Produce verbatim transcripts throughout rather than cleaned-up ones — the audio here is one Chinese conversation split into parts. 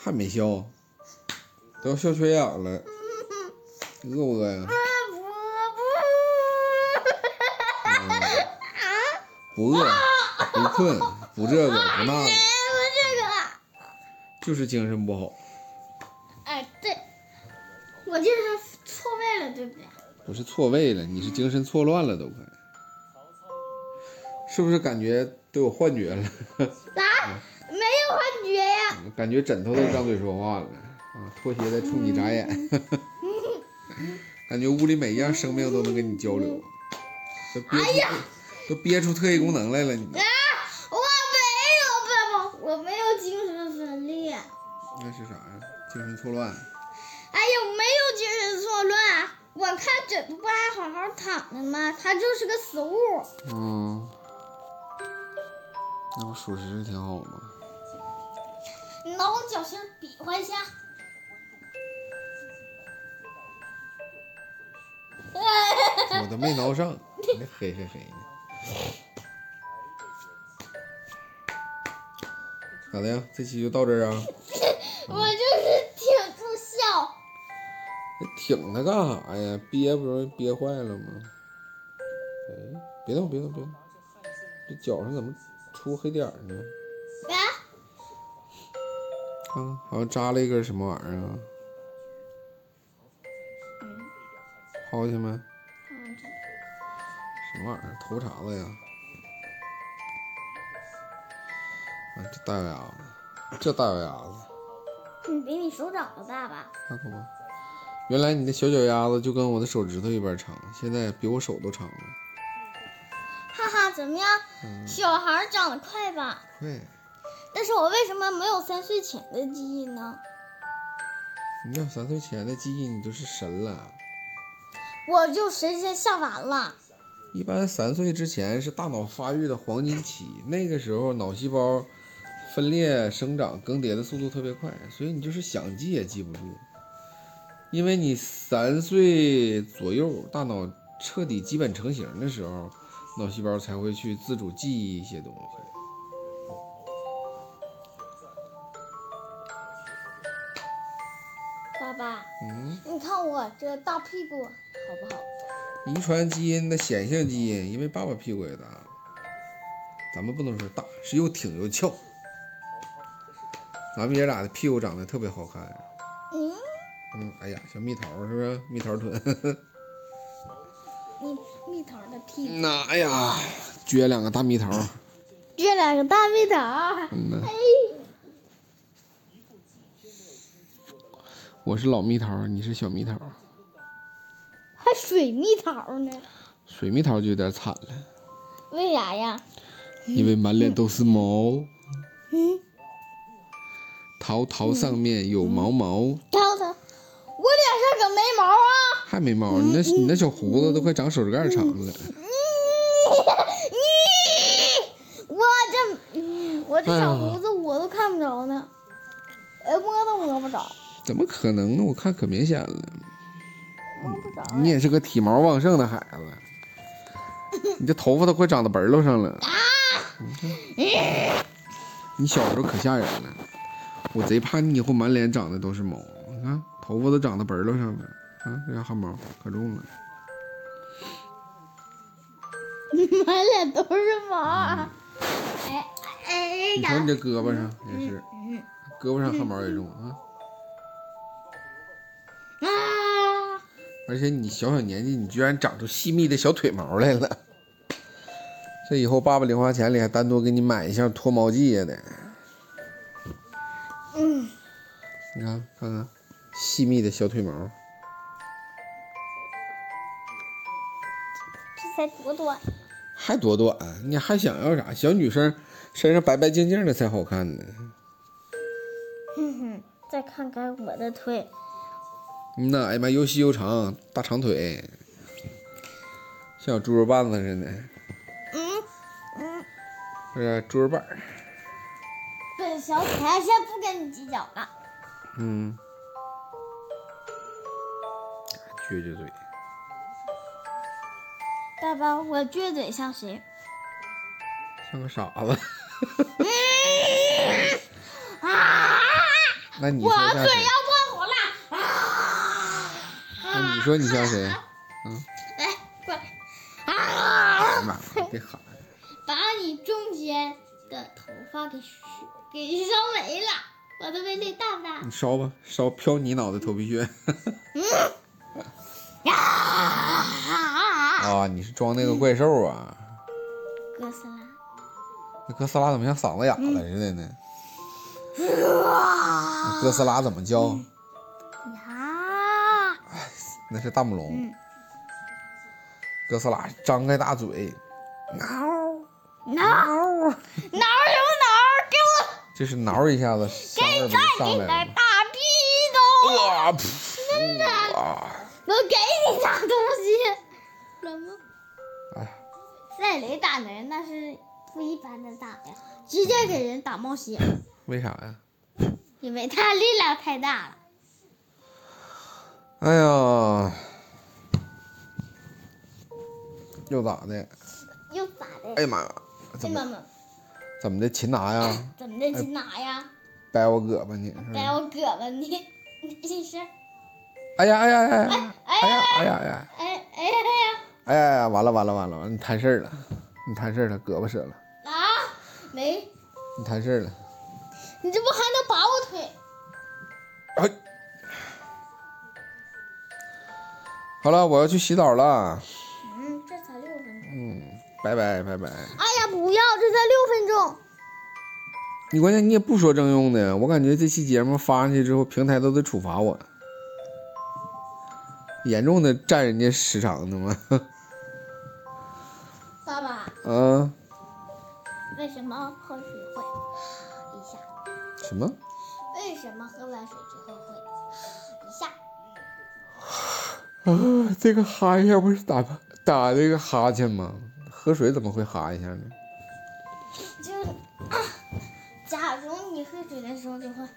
还没笑，都要笑缺氧了，饿不饿呀？不饿，不困，不这个，不那个，就是精神不好。 哎，对，我就是错位了，对不对？ 不是错位了，你是精神错乱了都快，是不是感觉都有幻觉了？ 啥？没有幻觉呀。 感觉枕头都张嘴说话了啊，拖鞋在冲你眨眼，感觉屋里每一样生命都能跟你交流，都憋出、哎、呀都憋出特异功能来了你。 啊，我没有爸爸，我没有精神分裂。 那是啥呀？精神错乱。 哎呀，没有精神错乱，我看枕头不还好好躺着吗？它就是个死物。 嗯，那不属实是挺好吗？ 你挠我脚心比划一下。 我都没挠上，你嘿嘿嘿呢。咋的呀？这期就到这儿啊？ 我就是挺住笑。 挺它干啥呀？憋不容易憋坏了吗？哎，别动别动别动！这脚上怎么出黑点呢？ 啊？ 看看，好像扎了一根什么玩意儿啊？ 嗯。 薅去没？ 嗯。 什么玩意儿？头茬子呀？啊，这大脚丫子，这大脚丫子， 你比你手掌都大吧？ 那可不。原来你的小脚丫子就跟我的手指头一般长，现在比我手都长了。 哈哈，怎么样？嗯、小孩长得快吧？ 快。 但是我为什么没有三岁前的记忆呢？ 你要三岁前的记忆，你就是神了。 我就神仙下凡了。 一般三岁之前是大脑发育的黄金期，那个时候脑细胞分裂、生长、更迭的速度特别快，所以你就是想记也记不住。因为你三岁左右，大脑彻底基本成型的时候，脑细胞才会去自主记忆一些东西。 爸爸， 嗯， 你看我这大屁股好不好？ 遗传基因的显性基因，因为爸爸屁股也大，咱们不能说大，是又挺又翘。咱们爷俩的屁股长得特别好看。 嗯嗯，哎呀，小蜜桃是不是？蜜桃臀。 蜜蜜桃的屁股。 那哎呀，撅两个大蜜桃。 撅两个大蜜桃。 嗯呐。 哎。 我是老蜜桃，你是小蜜桃。 还水蜜桃呢？ 水蜜桃就有点惨了。 为啥呀？ 因为满脸都是毛。 嗯。 桃桃上面有毛毛。 桃桃，我脸上可没毛啊。 还没毛？你那你那小胡子都快长手指盖长了。 我这我这小胡子我都看不着呢，哎，摸都摸不着。 怎么可能呢？我看可明显了。 摸不着。 你也是个体毛旺盛的孩子，你这头发都快长到本头上了。啊！你小时候可吓人了，我贼怕你以后满脸长的都是毛。你看头发都长到本头上了，啊，这家汗毛可重了。 满脸都是毛。嗯、哎哎！ 你瞅你这胳膊上也是，嗯、胳膊上汗毛也重啊。 啊！ 而且你小小年纪，你居然长出细密的小腿毛来了。这以后爸爸零花钱里还单独给你买一项脱毛剂呀得。 嗯， 你看看看，细密的小腿毛。 这才多短。 还多短？你还想要啥？小女生身上白白净净的才好看呢。 哼哼，再看看我的腿。 嗯呐，哎呀妈，又细又长，大长腿，像小猪肉棒子似的。 嗯嗯， 是猪肉棒。 本小可爱先不跟你计较了。 嗯。撅撅嘴。 爸爸，我撅嘴像谁？ 像个傻子。 啊！ 那你我说像谁？ 嘴要过火了啊！ 那你说你像谁？嗯， 来，过来哎啊！ 呀妈呀，别喊！ 把你中间的头发给给烧没了，我的威力大不大？ 你烧吧，烧飘你脑袋头皮屑。 呀！ 啊，你是装那个怪兽啊？ 哥斯拉。 那哥斯拉怎么像嗓子哑了似的呢？那哥斯拉怎么叫？ 呀！ 那是大母龙。 嗯哥斯拉张开大嘴，挠挠挠什么挠？给我这是挠一下子，香味儿不就上给来了吗？ 你大屁股！ 啊噗！啊！ 我给你啥东西？什么？ 哎， 赛雷打人那是不一般的打呀，直接给人打冒险， 为啥呀？ 因为他力量太大了。 哎呀，又咋的？ 又咋的？ 哎呀妈呀！怎么哎妈妈， 怎么的？擒拿呀？ 怎么的？去哪呀？ 掰我胳膊你？是吧掰我胳膊你？你这是？ 哎呀哎呀哎呀！ 哎哎呀哎呀哎呀！ 哎哎呀呀！ 哎呀呀！完了完了完了完了！你摊事儿了，你摊事儿了，胳膊折了， 啊？没？ 你摊事儿了。 你这不还能拔我腿？ 哎，好了，我要去洗澡了。 嗯，这才六分钟。 嗯，拜拜拜拜。 哎呀，不要，这才六分钟。 你关键你也不说正用的，我感觉这期节目发上去之后，平台都得处罚我，严重的占人家时长的嘛。 爸爸， 啊？ 为什么喝水会一下？ 什么？ 为什么喝完水之后会一下？ 啊，这个哈一下不是打打这个哈欠吗？喝水怎么会哈一下呢？ 就、啊、假如你喝水的时候就会，啊、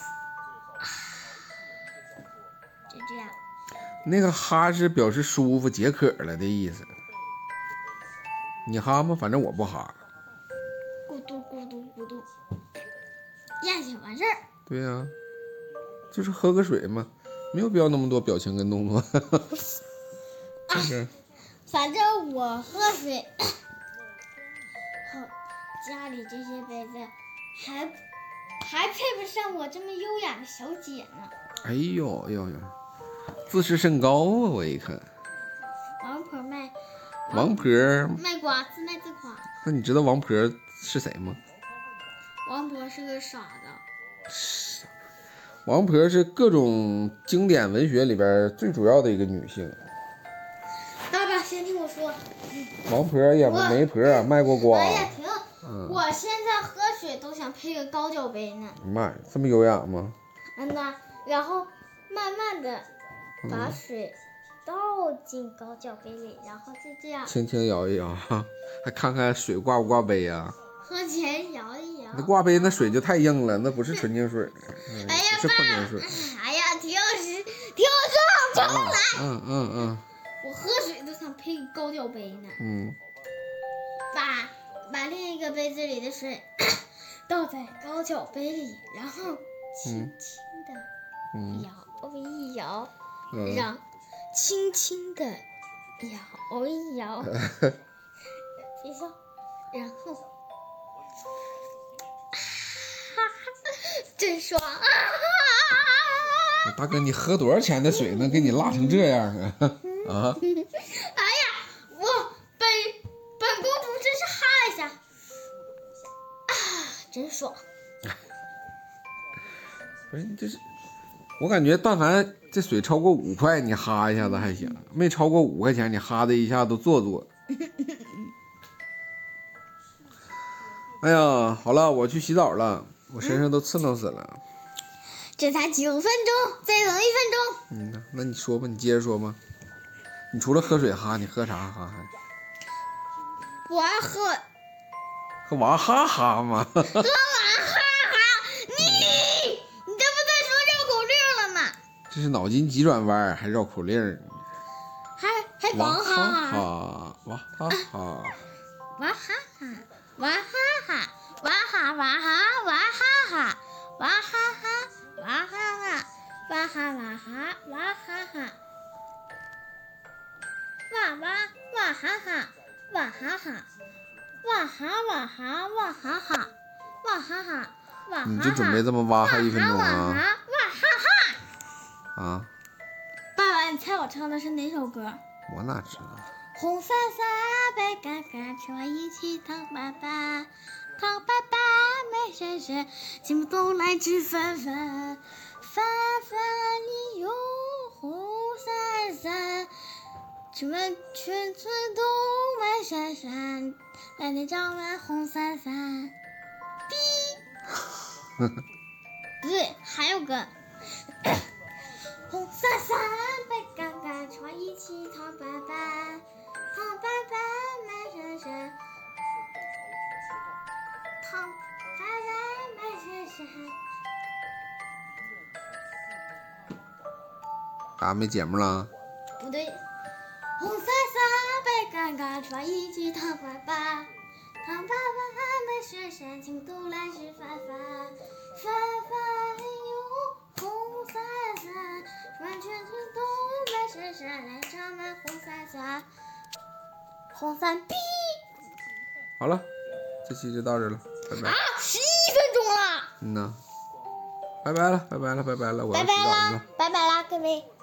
就这样。 那个哈是表示舒服解渴了的意思。你哈吗？反正我不哈。 咕嘟咕嘟咕嘟，咽下完事儿。 对呀、啊，就是喝个水嘛，没有必要那么多表情跟动作。是不是？ 反正我喝水，后家里这些杯子还还配不上我这么优雅的小姐呢。 哎呦哎呦呦，自视甚高啊！我一看， 王婆卖， 王婆， 卖瓜自卖自夸。 那你知道王婆是谁吗？ 王婆是个傻子。 王婆是各种经典文学里边最主要的一个女性。 爸爸，先听我说。 王婆演过媒婆，卖过瓜。 哎呀，停！ 嗯， 我现在喝水都想配个高脚杯呢。 妈呀，这么优雅吗？ 嗯呐，然后慢慢的把嗯水倒进高脚杯里，然后就这样轻轻摇一摇，还看看水挂不挂杯呀、啊？ 喝前摇一摇。 那挂杯那水就太硬了，那不是纯净水，嗯、 哎呀， 不是矿泉水。 哎呀，停时，听我说，重来。 嗯嗯嗯我喝水都想配个高脚杯呢。 嗯把把另一个杯子里的水倒在高脚杯里，然后轻轻的嗯摇一摇， 嗯， 让轻轻的摇一摇，别笑，然后，啊，真爽啊！ 大哥，你喝多少钱的水能给你辣成这样啊？啊！ 哎呀，我本本公主真是哈一下，啊，真爽！ 不是，就是我感觉，但凡这水超过五块，你哈一下子还行；没超过五块钱，你哈的一下都做作。哎呀，好了，我去洗澡了，我身上都刺挠死了。 这才九分钟，再等一分钟。 嗯，那你说吧，你接着说吧。你除了喝水哈，你喝啥哈？ 我还喝喝娃哈哈吗？ 喝完哈哈，你你这不在说绕口令了吗？ 这是脑筋急转弯还绕口令？ 还还娃王哈哈哈， 哈，娃哈哈， 娃哈哈，娃哈哈，娃哈娃哈，娃哈哈，娃哈哈， 哇哈哈，哇哈哇哈，哇哈哈，哇哇哇哈哈，哇哈哈，哇哈哇哈，哇哈哈，哇哈哈，哇哈哈。 你就准备这么哇哈一分钟哇啊？ 哈哇哈哈。 啊？ 爸爸，你猜我唱的是哪首歌？ 我哪知道？ 红伞伞，白杆杆，吃完一起糖爸爸，糖爸爸美神神，情不动来吃饭饭，饭饭里有红伞伞，吃完全村都满山山，来年长满红伞伞。滴，不对，还有个。红伞伞，白杆杆，吃完一起糖爸爸，糖爸爸满山山，糖爸爸满山山。 咋没节目了？ 不对，红伞伞，白杆杆，吃完一起糖爸爸，糖爸爸满山山，请都来吃饭饭，饭饭有红伞伞。完全是东北山山，来长满红伞伞，红伞逼。 好了，这期就到这了，拜拜。 啊，十一分钟了。 嗯呐，拜拜了，拜拜了，拜拜了，我要拜拜洗澡去了啦，拜拜啦，各位。